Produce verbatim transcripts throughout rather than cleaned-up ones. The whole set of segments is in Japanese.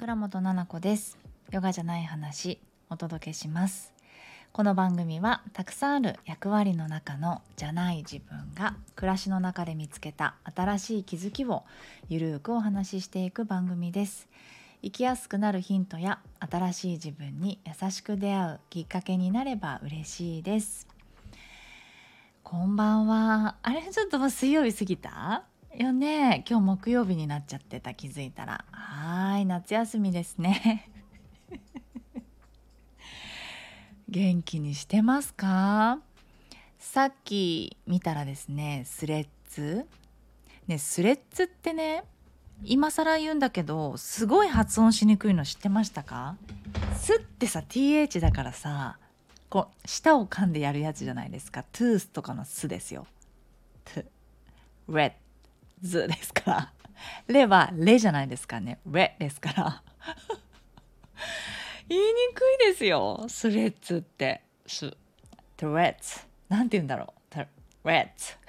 倉本々子です。ヨガじゃない話お届けします。この番組はたくさんある役割の中のじゃない自分が暮らしの中で見つけた新しい気づきをゆるくお話ししていく番組です。生きやすくなるヒントや新しい自分に優しく出会うきっかけになれば嬉しいです。こんばんは。あれ、ちょっともう水曜日過ぎたよね。今日木曜日になっちゃってた。気づいたら。はーい、夏休みですね。元気にしてますか？さっき見たらですね、スレッズね、スレッズってね、今更言うんだけどすごい発音しにくいの知ってましたか？スってさ ティーエイチ だからさ、こう舌を噛んでやるやつじゃないですか。トゥースとかのスですよ。トゥレッズですから、レはレじゃないですかね。レですから言いにくいですよ、スレッズって。ストレッツなんて言うんだろう。トレッツ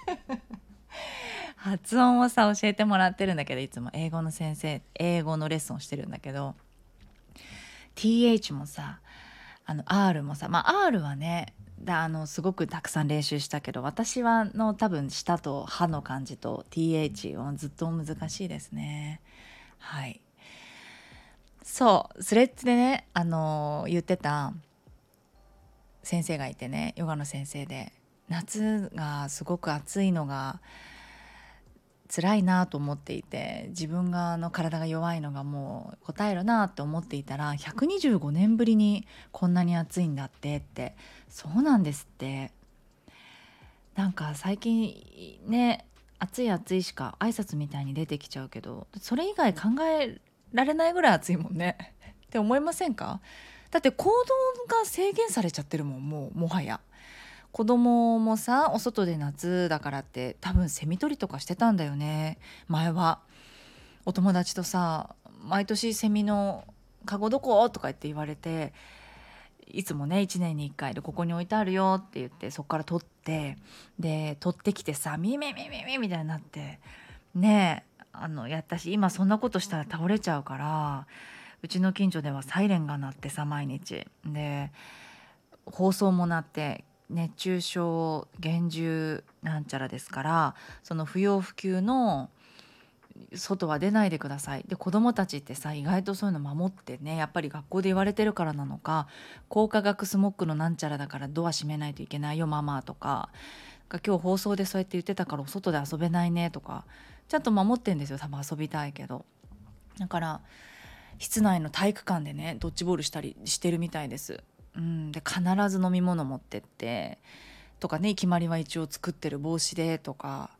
発音をさ教えてもらってるんだけど、いつも英語の先生英語のレッスンをしてるんだけど、 ティーエイチ もさ、あの R もさ、まあ R はねだあのすごくたくさん練習したけど、私はの多分舌と歯の感じと ティーエイチ はずっと難しいですね。はい。そうスレッズでね、あの言ってた先生がいてね、ヨガの先生で、夏がすごく暑いのが辛いなと思っていて、自分がの体が弱いのがもう答えるなと思っていたら、ひゃくにじゅうごねんぶりにこんなに暑いんだってって。そうなんですって。なんか最近ね、暑い暑いしか挨拶みたいに出てきちゃうけど、それ以外考えられないぐらい暑いもんねって思いませんか？だって行動が制限されちゃってるもん、もうもはや。子供もさ、お外で夏だからって多分セミ取りとかしてたんだよね、前は。お友達とさ、毎年セミのカゴどことか言って言われて、いつもねいちねんにいっかいでここに置いてあるよって言って、そこから取って、で取ってきてさ、ミミミミミみたいになってねえ、あのやったし、今そんなことしたら倒れちゃうから、うちの近所ではサイレンが鳴ってさ、毎日で放送も鳴って、熱中症厳重なんちゃらですから、その不要不急の外は出ないでください。で子どもたちってさ、意外とそういうの守ってね、やっぱり学校で言われてるからなのか、光化学スモッグのなんちゃらだからドア閉めないといけないよママとか、今日放送でそうやって言ってたからお外で遊べないねとか、ちゃんと守ってんですよ。多分遊びたいけど。だから室内の体育館でねドッジボールしたりしてるみたいです。うん、で必ず飲み物持ってってとかね、決まりは一応作ってる、帽子でとか、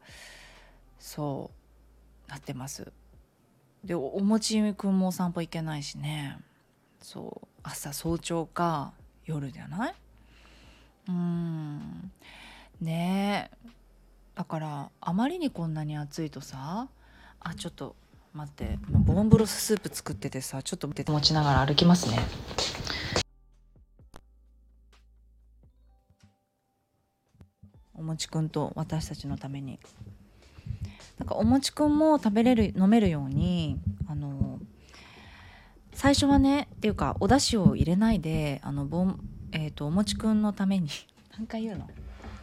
そうなってます。で お, おもちくんもお散歩行けないしね。そう朝早朝か夜じゃない。うーんねえ、だからあまりにこんなに暑いとさ、あちょっと待って、ボンブロススープ作っててさ、ちょっと持ちながら歩きますね。おもちくんと私たちのために。なんかおもちくんも食べれる飲めるように、あの最初はね、っていうかお出汁を入れないで、あのボン、えーと、おもちくんのために何回言うの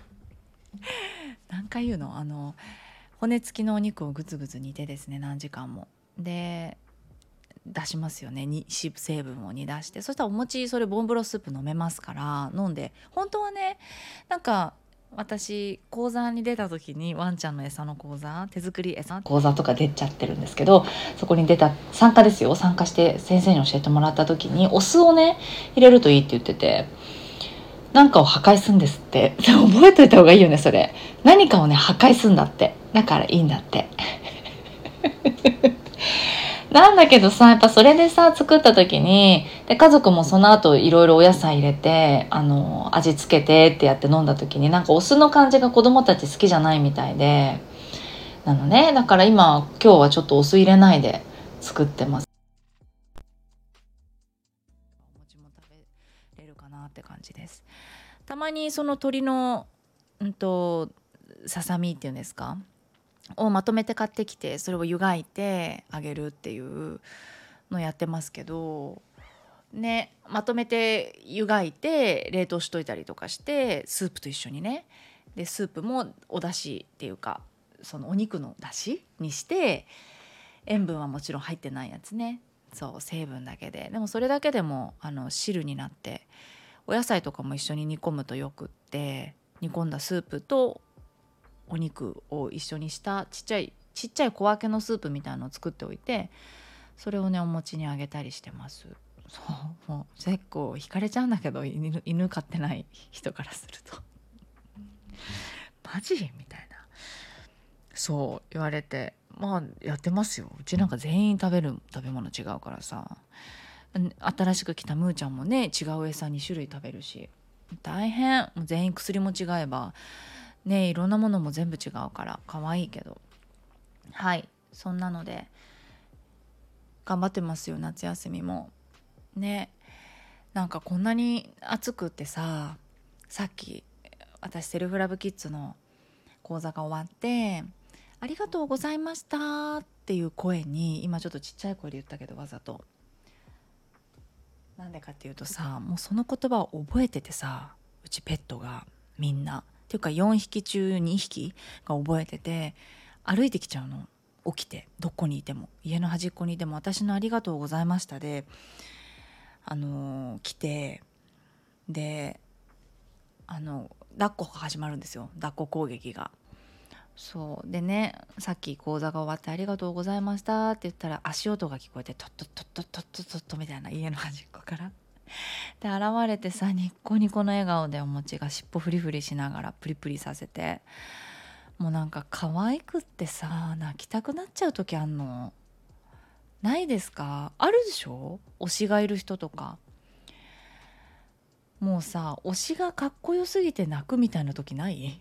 何回言うのあの骨付きのお肉をグツグツ煮てですね、何時間もで出しますよね、に成分を煮出して、そしたらお餅、それボンブロスープ飲めますから、飲んで、本当はね、なんか私講座に出た時にワンちゃんの餌の講座、手作り餌講座とか出ちゃってるんですけど、そこに出た参加ですよ、参加して先生に教えてもらった時にお酢をね入れるといいって言ってて、何かを破壊するんですって覚えといた方がいいよねそれ。何かをね破壊するんだって、だからいいんだってなんだけどさ、やっぱそれでさ作った時に、で家族もその後いろいろお野菜入れて、あの味付けてってやって飲んだ時に、なんかお酢の感じが子供たち好きじゃないみたいで、なのね、だから今今日はちょっとお酢入れないで作ってます。お餅も食べれるかなって感じです。たまにその鶏のうんとささみっていうんですかをまとめて買ってきて、それを湯がいてあげるっていうのやってますけどね、まとめて湯がいて冷凍しといたりとかしてスープと一緒にね、でスープもお出汁っていうかそのお肉の出汁にして、塩分はもちろん入ってないやつね、そう成分だけで、でもそれだけでもあの汁になって、お野菜とかも一緒に煮込むとよくって、煮込んだスープとお肉を一緒にしたちっちゃいちっちゃい小分けのスープみたいなのを作っておいて、それをねお餅にあげたりしてます。そうもう結構惹かれちゃうんだけど、犬、犬飼ってない人からするとマジみたいな、そう言われて、まあやってますよ。うちなんか全員食べる食べ物違うからさ、新しく来たムーちゃんもね違う餌に種類食べるし、大変。もう全員薬も違えばね、いろんなものも全部違うから可愛いけど、はい、そんなので頑張ってますよ。夏休みもね、なんかこんなに暑くってさ、さっき私セルフラブキッズの講座が終わってありがとうございましたっていう声に、今ちょっとちっちゃい声で言ったけどわざと、なんでかっていうとさ、もうその言葉を覚えててさ、うちペットがみんなっていうかよんひき中にひきが覚えてて、歩いてきちゃうの。起きてどこにいても、家の端っこにいても私のありがとうございましたであのー来て、であの抱っこが始まるんですよ、抱っこ攻撃が。そうでね、さっき講座が終わってありがとうございましたって言ったら足音が聞こえて、トットットットットットットットみたいな、家の端っこからで現れてさ、ニッコニコの笑顔でお餅が尻尾フリフリしながらプリプリさせて、もうなんか可愛くってさ、泣きたくなっちゃう時あんのないですか？あるでしょ？推しがいる人とか。もうさ、推しがかっこよすぎて泣くみたいな時ない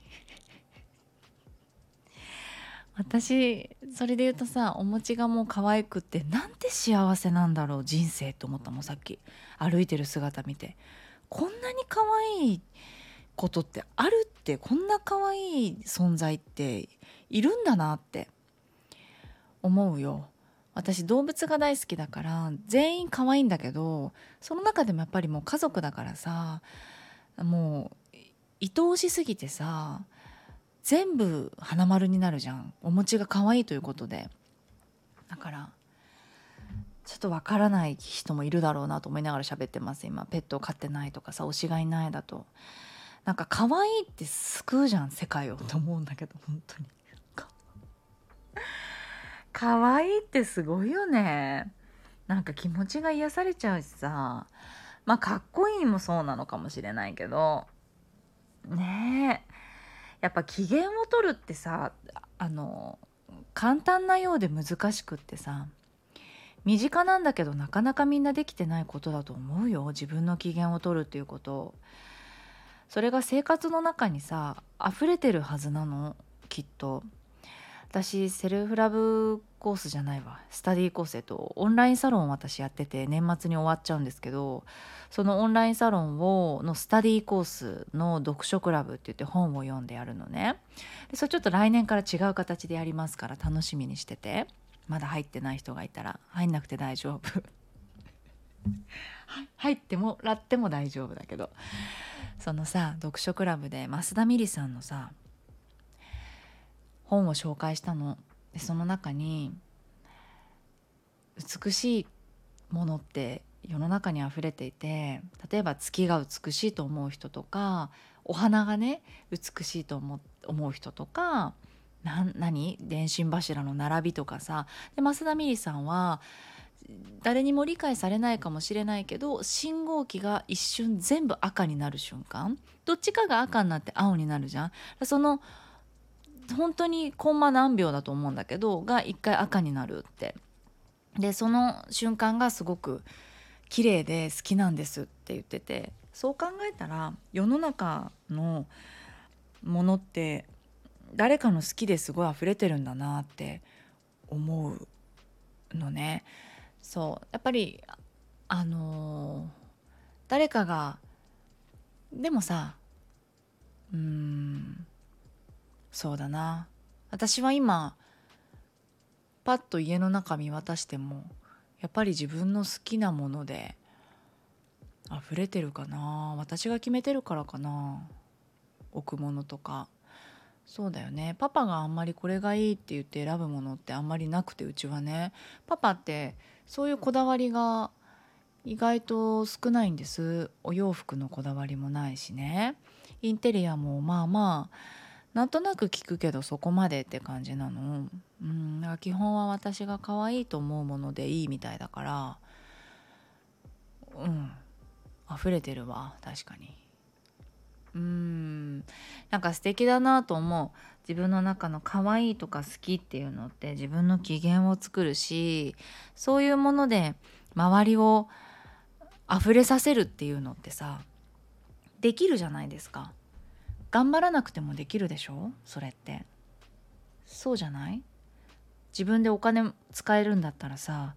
私それで言うとさ、お餅がもう可愛くって、なんて幸せなんだろう人生と思ったもん。さっき歩いてる姿見て、こんなに可愛いことってあるって、こんな可愛い存在っているんだなって思うよ。私動物が大好きだから全員可愛いんだけど、その中でもやっぱりもう家族だからさ、もう愛おしすぎてさ、全部花丸になるじゃん、お餅が可愛いということで。だからちょっとわからない人もいるだろうなと思いながら喋ってます今。ペットを飼ってないとかさ、推しがいないだと、なんか可愛いって救うじゃん世界をと思うんだけど、本当に可愛いってすごいよね。なんか気持ちが癒されちゃうしさ、まあかっこいいもそうなのかもしれないけどねえ、やっぱ機嫌を取るってさ、あの簡単なようで難しくってさ、身近なんだけどなかなかみんなできてないことだと思うよ、自分の機嫌を取るっていうこと。それが生活の中にさ溢れてるはずなの、きっと。私セルフラブコースじゃないわ、スタディーコース、えっとオンラインサロンを私やってて、年末に終わっちゃうんですけど、そのオンラインサロンをのスタディーコースの読書クラブって言って本を読んでやるのね。でそれちょっと来年から違う形でやりますから楽しみにしてて。まだ入ってない人がいたら入んなくて大丈夫入ってもらっても大丈夫だけど、そのさ読書クラブで増田美里さんのさ本を紹介したの。でその中に美しいものって世の中にあふれていて、例えば月が美しいと思う人とか、お花がね美しいと思う思う人とか、な何電信柱の並びとかさ。で増田美里さんは誰にも理解されないかもしれないけど、信号機が一瞬全部赤になる瞬間、どっちかが赤になって青になるじゃん。その本当にコンマ何秒だと思うんだけどが一回赤になるって。でその瞬間がすごく綺麗で好きなんですって言ってて、そう考えたら世の中のものって誰かの好きですごい溢れてるんだなって思うのね。そうやっぱりあのー誰かが、でもさ、うーんそうだな、私は今パッと家の中見渡してもやっぱり自分の好きなもので溢れてるかな。私が決めてるからかな、置くものとか。そうだよね、パパがあんまりこれがいいって言って選ぶものってあんまりなくて、うちはね、パパってそういうこだわりが意外と少ないんです。お洋服のこだわりもないしね、インテリアもまあまあなんとなく聞くけどそこまでって感じなの。うん、だから基本は私が可愛いと思うものでいいみたいだから、うん溢れてるわ、確かに。うーんなんか素敵だなと思う。自分の中の可愛いとか好きっていうのって自分の機嫌を作るし、そういうもので周りを溢れさせるっていうのってさ、できるじゃないですか。頑張らなくてもできるでしょ、それって。そうじゃない？自分でお金使えるんだったらさ、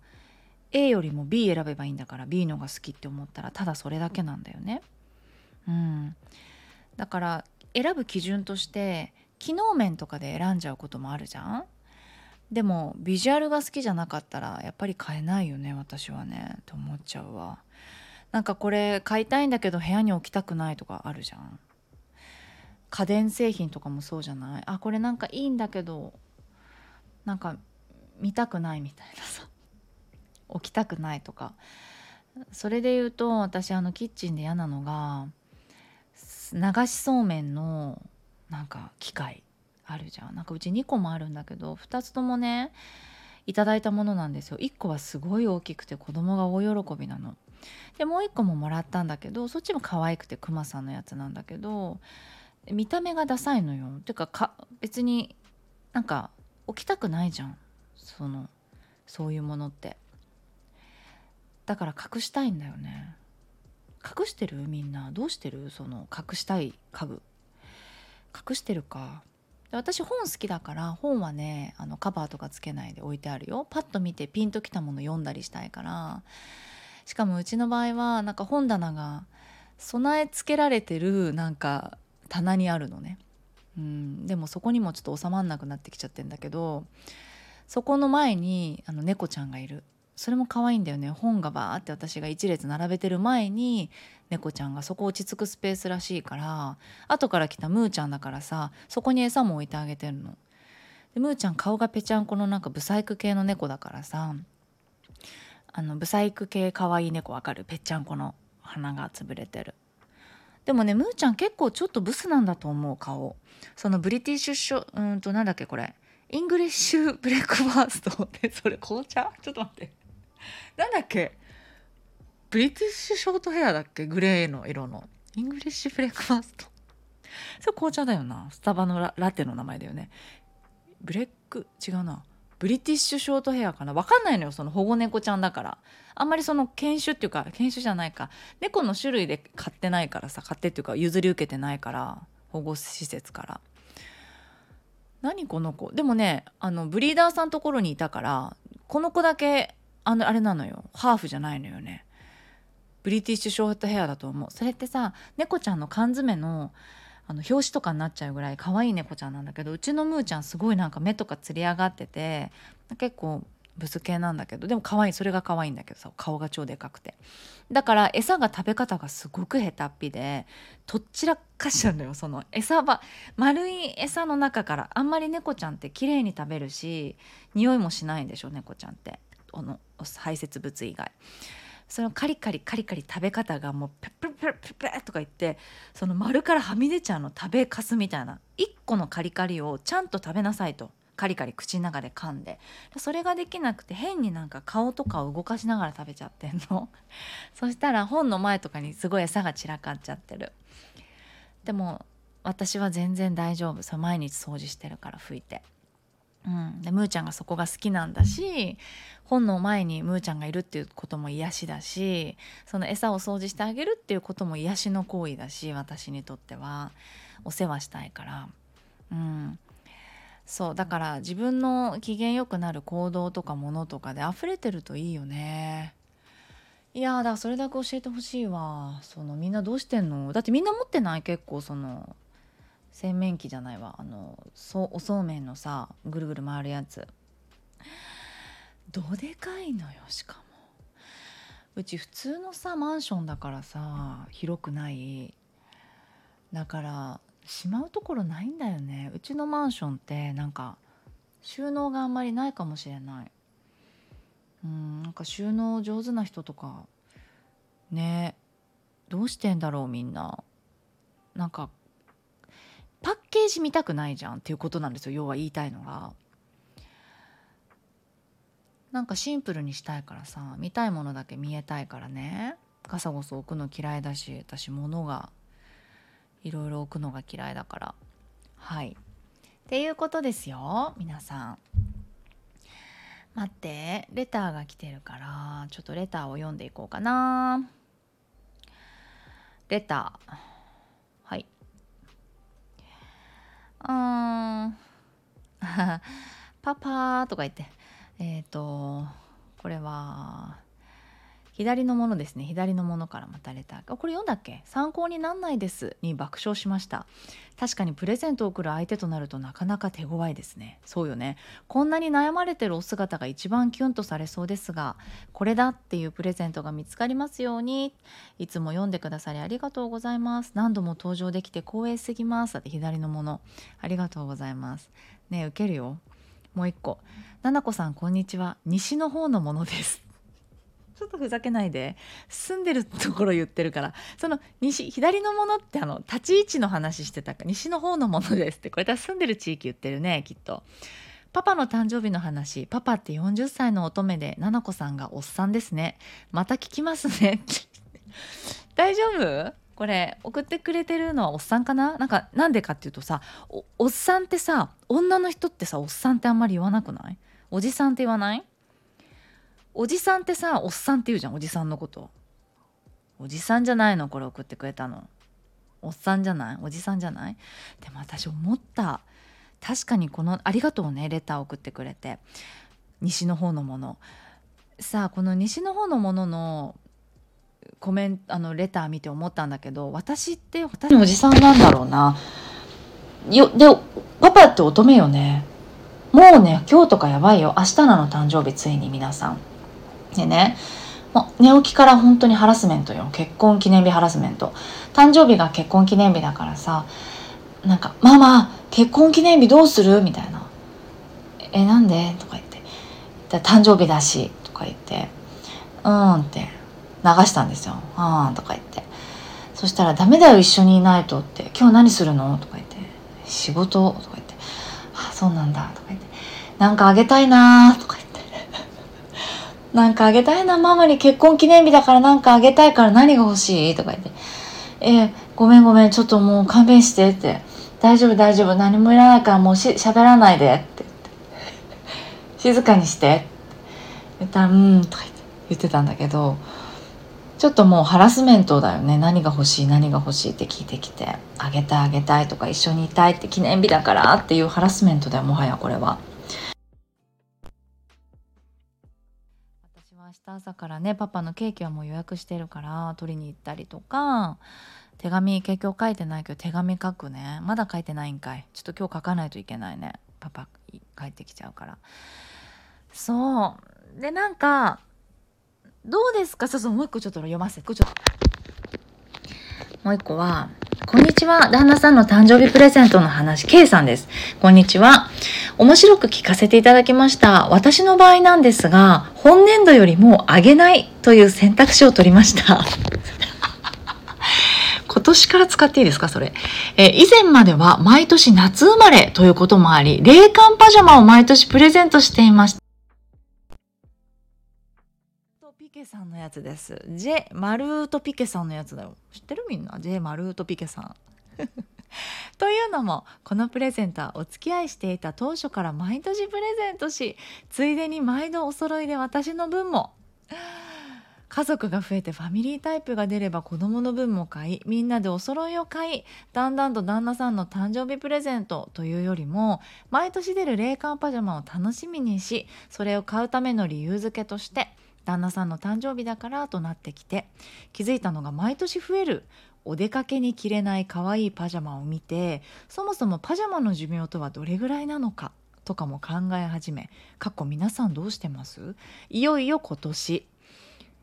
A よりも B 選べばいいんだから、 B のが好きって思ったらただそれだけなんだよね。うんだから選ぶ基準として機能面とかで選んじゃうこともあるじゃん。でもビジュアルが好きじゃなかったらやっぱり買えないよね、私はねと思っちゃうわ。なんかこれ買いたいんだけど部屋に置きたくないとかあるじゃん。家電製品とかもそうじゃない？あ、これなんかいいんだけどなんか見たくないみたいなさ、置きたくないとか。それで言うと私あのキッチンで嫌なのが流しそうめんのなんか機械あるじゃん。なんかうちにこもあるんだけどふたつともねいただいたものなんですよ。いっこはすごい大きくて子供が大喜びなの。でもういっこももらったんだけど、そっちも可愛くてクマさんのやつなんだけど、見た目がダサいのよ。てかか別になんか置きたくないじゃん、そのそういうものって。だから隠したいんだよね。隠してる？みんなどうしてる？その隠したい家具隠してるか。で私本好きだから本はねあのカバーとかつけないで置いてあるよ。パッと見てピンときたもの読んだりしたいから。しかもうちの場合はなんか本棚が備え付けられてるなんか棚にあるのね。うんでもそこにもちょっと収まんなくなってきちゃってんだけど、そこの前にあの猫ちゃんがいる。それも可愛いんだよね。本がバーって私が一列並べてる前に猫ちゃんが、そこ落ち着くスペースらしいから、後から来たムーちゃんだからさ、そこに餌も置いてあげてるの。でムーちゃん顔がぺちゃんこのなんかブサイク系の猫だからさ、あのブサイク系可愛い猫わかる？ぺっちゃんこの鼻が潰れてる。でもねムーちゃん結構ちょっとブスなんだと思う顔。そのブリティッシュショうーんとなんだっけこれ、イングリッシュブレックファーストってそれ紅茶？ちょっと待って、なんだっけ、ブリティッシュショートヘアだっけ、グレーの色のイングリッシュブレックファースト。それ紅茶だよな。スタバの ラ, ラテの名前だよね。ブレック違うな、ブリティッシュショートヘアかな、分かんないのよ、その保護猫ちゃんだから。あんまりその犬種っていうか犬種じゃないか、猫の種類で買ってないからさ、買ってっていうか譲り受けてないから、保護施設から。何この子。でもねあのブリーダーさんところにいたから、この子だけあのあれなのよ、ハーフじゃないのよね。ブリティッシュショートヘアだと思う。それってさ猫ちゃんの缶詰のあの表紙とかになっちゃうぐらい可愛い猫ちゃんなんだけど、うちのムーちゃんすごいなんか目とかつり上がってて結構ブス系なんだけど、でも可愛い、それが可愛いんだけどさ、顔が超でかくて、だから餌が食べ方がすごく下手っぴでとっちらかしちゃうんだよ。その餌場、丸い餌の中からあんまり猫ちゃんって綺麗に食べるし匂いもしないんでしょ猫ちゃんって、この排泄物以外。そのカリカリカリカリ食べ方がもうペッペッペッペッペッとか言って、その丸からはみ出ちゃうの、食べかすみたいな。いっこのカリカリをちゃんと食べなさいと、カリカリ口の中で噛んで、それができなくて変になんか顔とかを動かしながら食べちゃってんの。そしたら本の前とかにすごい餌が散らかっちゃってる。でも私は全然大丈夫。そう毎日掃除してるから拭いて。うん、でムーちゃんがそこが好きなんだし、本の前にムーちゃんがいるっていうことも癒しだし、その餌を掃除してあげるっていうことも癒しの行為だし、私にとってはお世話したいから。うん、そうだから自分の機嫌よくなる行動とかものとかで溢れてるといいよね。いやーだからそれだけ教えてほしいわ。そのみんなどうしてんの？だってみんな持ってない？結構その洗面器じゃないわ、あのそうおそうめんのさぐるぐる回るやつ、どでかいのよ。しかもうち普通のさマンションだからさ、広くない、だからしまうところないんだよね。うちのマンションってなんか収納があんまりないかもしれない。うん、なんか収納上手な人とかね、どうしてんだろうみんな。なんかパッケージ見たくないじゃんっていうことなんですよ、要は言いたいのが。なんかシンプルにしたいからさ、見たいものだけ見えたいからね。ガサゴソ置くの嫌いだし、私物がいろいろ置くのが嫌いだから。はいっていうことですよ皆さん。待って、レターが来てるからちょっとレターを読んでいこうかな。レター、はい、うーんパパーとか言って、えっとこれは左のものですね。左のものからまたレター。これ読んだっけ？参考になんないですに爆笑しました。確かにプレゼントを送る相手となるとなかなか手強いですね。そうよね。こんなに悩まれてるお姿が一番キュンとされそうですが、これだっていうプレゼントが見つかりますように。いつも読んでくださりありがとうございます。何度も登場できて光栄すぎます。だって左のもの。ありがとうございます。ねえ、受けるよ。もう一個。ななこさんこんにちは。西の方のものです。ちょっとふざけないで、住んでるところ言ってるから。その西左のものってあの立ち位置の話してたか、西の方のものですって、これは住んでる地域言ってるねきっと。パパの誕生日の話、パパってよんじゅっさいの乙女で、ななこさんがおっさんですね。また聞きますね大丈夫？これ送ってくれてるのはおっさんかな。なんかなんでかっていうとさ、 お, おっさんってさ、女の人ってさ、おっさんってあんまり言わなくない？おじさんって言わない？おじさんってさ、おっさんって言うじゃん、おじさんのこと。おじさんじゃないの？これ送ってくれたのおっさんじゃない？おじさんじゃない？でも私思った。確かにこの、ありがとうねレター送ってくれて。西の方のものさあ、この西の方のもののコメント、あのレター見て思ったんだけど、私って私のおじさんなんだろうな。よでパパって乙女よね。もうね、今日とかやばいよ。明日なの誕生日、ついに皆さんでね。もう寝起きから本当にハラスメントよ。結婚記念日ハラスメント。誕生日が結婚記念日だからさ、なんかママ結婚記念日どうするみたいな。えなんでとか言って、誕生日だしとか言って、うーんって流したんですよ。あーとか言って、そしたらダメだよ一緒にいないとって、今日何するのとか言って、仕事とか言って、あそうなんだとか言って、なんかあげたいなとか言って、なんかあげたいなママに、結婚記念日だからなんかあげたいから何が欲しいとか言って、えー、ごめんごめんちょっともう勘弁してって、大丈夫大丈夫何もいらないからもうし喋らないでって言って、静かにしてって言ったら、うんとか言って言ってたんだけど、ちょっともうハラスメントだよね。何が欲しい何が欲しいって聞いてきて、あげたいあげたいとか、一緒にいたいって、記念日だからっていうハラスメントだよ、もはやこれは。私は明日朝からね、パパのケーキはもう予約してるから取りに行ったりとか、手紙結局書いてないけど手紙書くね。まだ書いてないんかい。ちょっと今日書かないといけないね、パパ帰ってきちゃうから。そうで、なんかどうですか。そうそう、もう一個ちょっと読ませて。ちょっともう一個は、こんにちは。旦那さんの誕生日プレゼントの話、K さんです。こんにちは。面白く聞かせていただきました。私の場合なんですが、本年度よりもあげないという選択肢を取りました。今年から使っていいですかそれ。えー、以前までは毎年夏生まれということもあり、冷感パジャマを毎年プレゼントしていました。ピケさんのやつです。 J マルートピケさんのやつだよ。知ってるみんな。 J マルートピケさんというのも、このプレゼントはお付き合いしていた当初から毎年プレゼントし、ついでに毎度お揃いで私の分も。家族が増えてファミリータイプが出れば子供の分も買い、みんなでお揃いを買い、だんだんと旦那さんの誕生日プレゼントというよりも、毎年出る冷感パジャマを楽しみにし、それを買うための理由付けとして旦那さんの誕生日だからとなってきて、気づいたのが、毎年増えるお出かけに着れない可愛いパジャマを見て、そもそもパジャマの寿命とはどれぐらいなのかとかも考え始め、過去皆さんどうしてます？いよいよ今年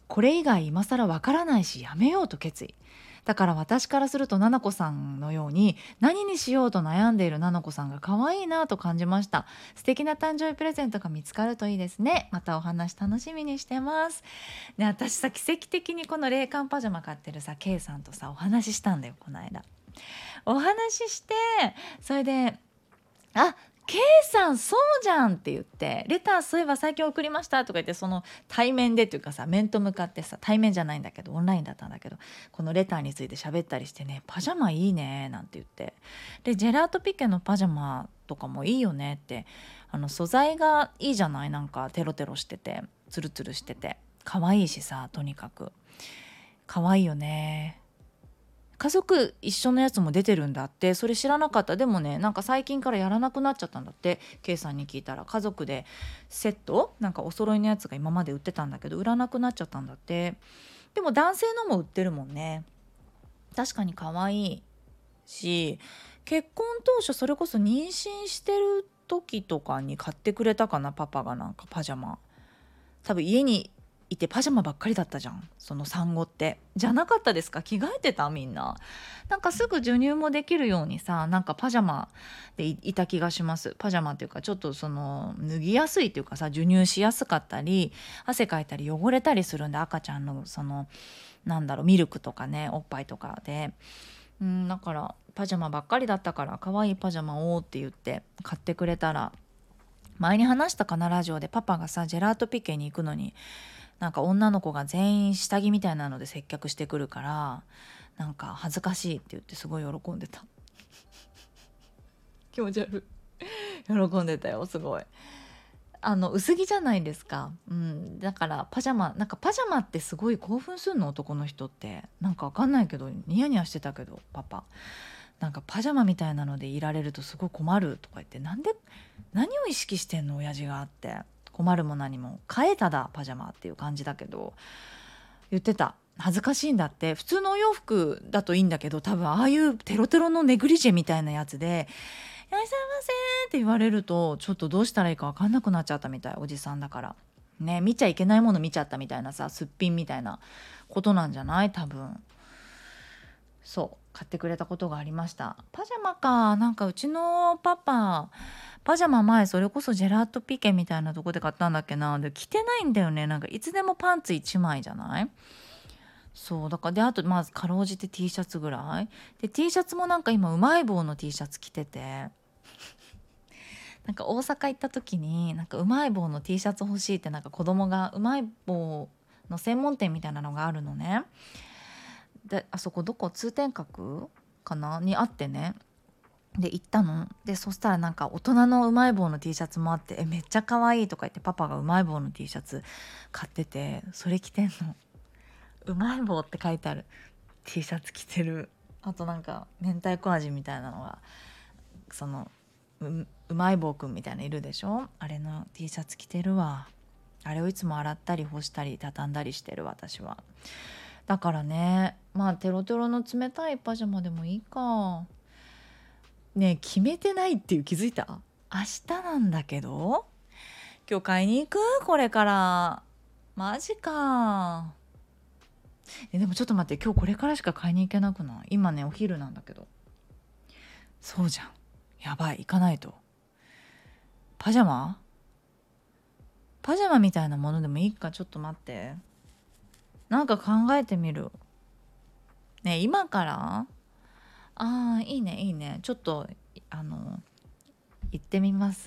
これ以外今更わからないしやめようと決意。だから私からすると、ななこさんのように何にしようと悩んでいるななこさんが可愛いなと感じました。素敵な誕生日プレゼントが見つかるといいですね。またお話楽しみにしてます。ね、私さ、奇跡的にこの冷感パジャマ買ってるさ K さんとさお話ししたんだよ、この間。お話しして、それであ、K さんそうじゃんって言って、レターそういえば最近送りましたとか言って、その対面でっていうかさ、面と向かってさ、対面じゃないんだけどオンラインだったんだけど、このレターについて喋ったりしてね、パジャマいいねなんて言って、でジェラートピケのパジャマとかもいいよねって、あの素材がいいじゃない、なんかテロテロしててツルツルしてて可愛いしさ、とにかく可愛いよね。家族一緒のやつも出てるんだって。それ知らなかった。でもね、なんか最近からやらなくなっちゃったんだって。 K さんに聞いたら、家族でセットなんかお揃いのやつが今まで売ってたんだけど売らなくなっちゃったんだって。でも男性のも売ってるもんね。確かに可愛いし、結婚当初それこそ妊娠してる時とかに買ってくれたかな、パパがなんかパジャマ。多分家にいてパジャマばっかりだったじゃん、その産後って。じゃなかったですか？着替えてた？みんな。なんかすぐ授乳もできるようにさ、なんかパジャマで い, いた気がします。パジャマっていうか、ちょっとその脱ぎやすいっていうかさ、授乳しやすかったり汗かいたり汚れたりするんで、赤ちゃんのそのなんだろう、ミルクとかね、おっぱいとかで。うんだからパジャマばっかりだったから、可愛いパジャマをって言って買ってくれたら、前に話したかな、ラジオで。パパがさジェラートピケに行くのに、なんか女の子が全員下着みたいなので接客してくるから、なんか恥ずかしいって言ってすごい喜んでた。気持ち悪い。喜んでたよ、すごい。あの薄着じゃないですか、うん、だからパジャマ、なんかパジャマってすごい興奮するの、男の人って。なんかわかんないけどニヤニヤしてたけど、パパなんかパジャマみたいなのでいられるとすごい困るとか言って、なんで何を意識してんの親父がって。困るも何も買えただパジャマっていう感じだけど、言ってた。恥ずかしいんだって。普通のお洋服だといいんだけど、多分ああいうテロテロのネグリジェみたいなやつで「いらっしゃいませ」って言われると、ちょっとどうしたらいいか分かんなくなっちゃったみたい、おじさんだからね。見ちゃいけないもの見ちゃったみたいなさ、すっぴんみたいなことなんじゃない？多分。そう買ってくれたことがありました。パジャマか。なんかうちのパパパジャマ前それこそジェラートピケみたいなとこで買ったんだっけな。で着てないんだよね。なんかいつでもパンツいちまいじゃない。そうだから、であとまずかろうじて T シャツぐらいで、 T シャツもなんか今うまい棒の T シャツ着てて、なんか大阪行った時になんかうまい棒の T シャツ欲しいって、なんか子供がうまい棒の専門店みたいなのがあるのね。であそこどこ、通天閣かなにあってね。で行ったの。でそしたらなんか大人のうまい棒の T シャツもあって、えめっちゃ可愛いとか言って、パパがうまい棒の T シャツ買ってて、それ着てんの。うまい棒って書いてある T シャツ着てる。あとなんか明太子味みたいなのが、その う, うまい棒くんみたいないるでしょ、あれの T シャツ着てるわ。あれをいつも洗ったり干したり畳んだりしてる私は。だからね、まあテロテロの冷たいパジャマでもいいか。ねえ決めてないっていう気づいた？明日なんだけど。今日買いに行く？これからマジか。えでもちょっと待って、今日これからしか買いに行けなくない？今ねお昼なんだけど。そうじゃん、やばい、行かないと。パジャマパジャマみたいなものでもいいか。ちょっと待って、なんか考えてみるね。今から、あーいいねいいね、ちょっとあの行ってみます。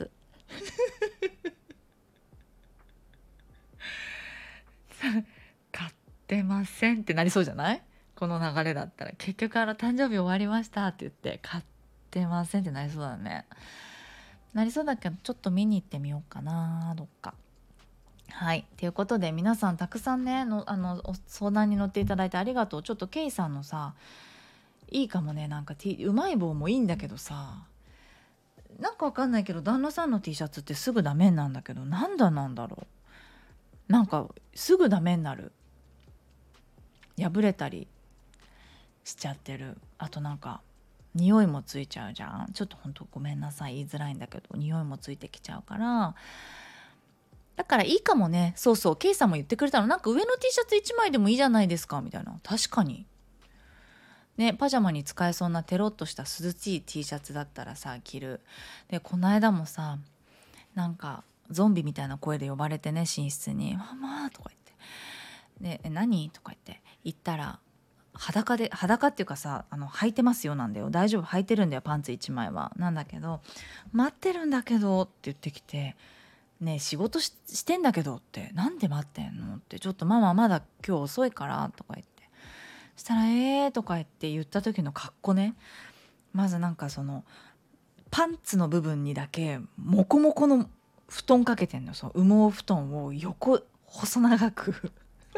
買ってませんってなりそうじゃない？この流れだったら。結局あの誕生日終わりましたって言って買ってませんってなりそうだね。なりそうだけど、ちょっと見に行ってみようかな、どっか。はいということで、皆さんたくさんねのあの相談に乗っていただいてありがとう。ちょっとケイさんのさいいかもね。なんか、T、うまい棒もいいんだけどさ、なんかわかんないけど旦那さんの T シャツってすぐダメなんだけど、なんだなんだろう、なんかすぐダメになる、破れたりしちゃってる。あとなんか匂いもついちゃうじゃん。ちょっとほんとごめんなさい言いづらいんだけど、匂いもついてきちゃうから、 だからいいかもね。そうそう、ケイさんも言ってくれたの。なんか上の T シャツいちまいでもいいじゃないですかみたいな。確かにね、パジャマに使えそうなテロッとした涼しい T シャツだったらさ着る。でこの間もさ、なんかゾンビみたいな声で呼ばれてね、寝室に「ママ」とか言って「でえ何?」とか言って言ったら、裸で裸っていうかさ、あの履いてますよなんだよ。大丈夫、履いてるんだよパンツいちまいは。なんだけど待ってるんだけどって言ってきて、ねえ仕事 し, してんだけどって、なんで待ってんのって、ちょっとママまだ今日遅いからとか言って、そしたら「えー」とか言って言った時の格好ね。まずなんかそのパンツの部分にだけモコモコの布団かけてんの。そう羽毛布団を横細長く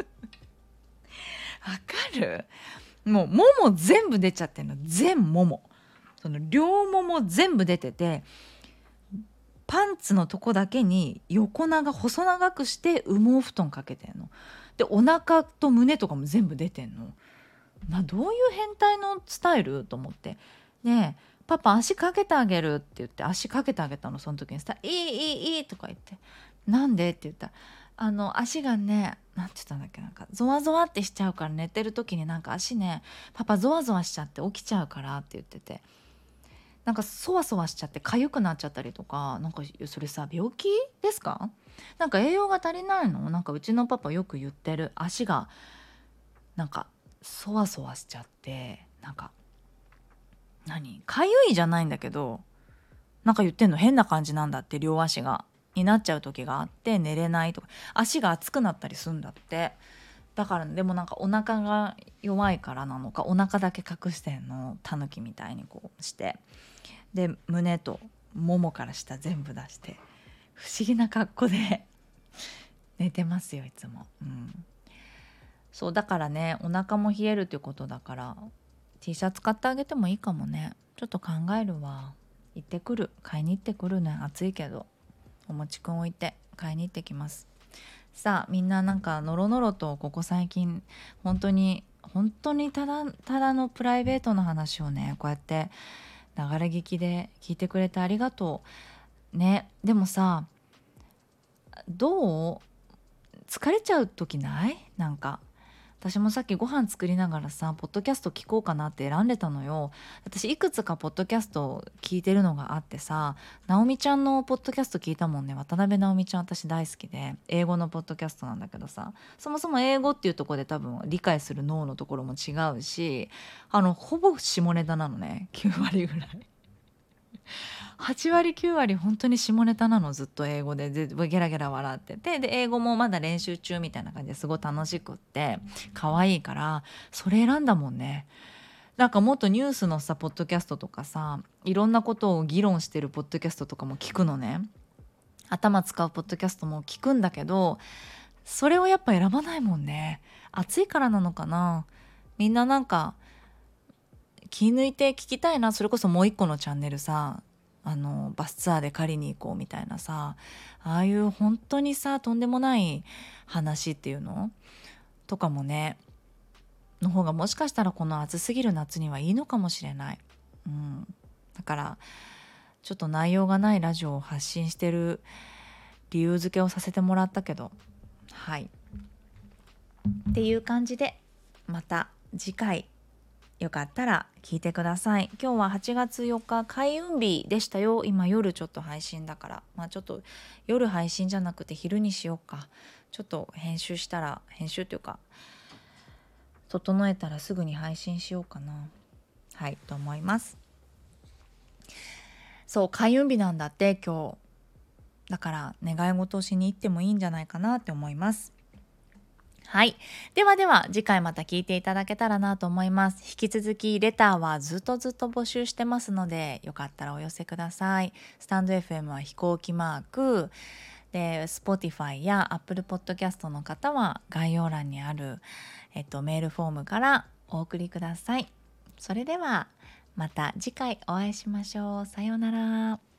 わかる？もうもも全部出ちゃってんの。全もも、その両もも全部出てて、パンツのとこだけに横長細長くして羽毛布団かけてんの。でお腹と胸とかも全部出てんの。などういう変態のスタイルと思って、ねえパパ足かけてあげるって言って足かけてあげたの。その時にさ「いいいいいい」とか言って、なんでって言ったら、あの足がね、なんて言ったんだっけ、なんかゾワゾワってしちゃうから、寝てる時になんか足ねパパゾワゾワしちゃって起きちゃうからって言ってて、なんかそわそわしちゃって痒くなっちゃったりとか、なんかそれさ病気ですか？なんか栄養が足りないの？なんかうちのパパよく言ってる。足がなんかそわそわしちゃって、なんか何かゆいじゃないんだけど、なんか言ってんの変な感じなんだって、両足がになっちゃう時があって、寝れないとか足が熱くなったりするんだって。だからでもなんかお腹が弱いからなのか、お腹だけ隠してんの、タヌキみたいにこうして、で胸とももから下全部出して、不思議な格好で寝てますよいつも。うん、そうだからね、お腹も冷えるっていうことだから T シャツ買ってあげてもいいかもね。ちょっと考えるわ。行ってくる、買いに行ってくるね。暑いけどおもちくん置いて買いに行ってきます。さあみんな、なんかノロノロとここ最近本当に本当にただただのプライベートの話をね、こうやって流れ聞きで聞いてくれてありがとうね。でもさ、どう疲れちゃう時ない？なんか私もさっきご飯作りながらさ、ポッドキャスト聞こうかなって選んでたのよ。私いくつかポッドキャスト聞いてるのがあってさ、直美ちゃんのポッドキャスト聞いたもんね。渡辺直美ちゃん私大好きで、英語のポッドキャストなんだけどさ、そもそも英語っていうところで多分理解する脳のところも違うし、あのほぼ下ネタなのね、きゅう割ぐらい。はち割きゅう割本当に下ネタなの。ずっと英語ででゲラゲラ笑ってて、で英語もまだ練習中みたいな感じですごい楽しくって可愛いから、それ選んだもんね。なんかもっとニュースのさポッドキャストとかさ、いろんなことを議論してるポッドキャストとかも聞くのね。頭使うポッドキャストも聞くんだけど、それをやっぱ選ばないもんね。暑いからなのかな。みんななんか気抜いて聞きたいな。それこそもう一個のチャンネルさ、あのバスツアーで借りに行こうみたいなさ、ああいう本当にさとんでもない話っていうのとかもね、の方がもしかしたらこの暑すぎる夏にはいいのかもしれない。うん、だからちょっと内容がないラジオを発信してる理由付けをさせてもらったけど、はいっていう感じで、また次回よかったら聞いてください。今日ははちがつよっか開運日でしたよ。今夜ちょっと配信だから、まあちょっと夜配信じゃなくて昼にしようか。ちょっと編集したら、編集っていうか整えたらすぐに配信しようかな。はいと思います。そう開運日なんだって今日。だから願い事をしに行ってもいいんじゃないかなって思います。はい。ではでは次回また聞いていただけたらなと思います。引き続きレターはずっとずっと募集してますので、よかったらお寄せください。スタンド エフエム は飛行機マークで、Spotify や Apple Podcast の方は概要欄にある、えっと、メールフォームからお送りください。それではまた次回お会いしましょう。さようなら。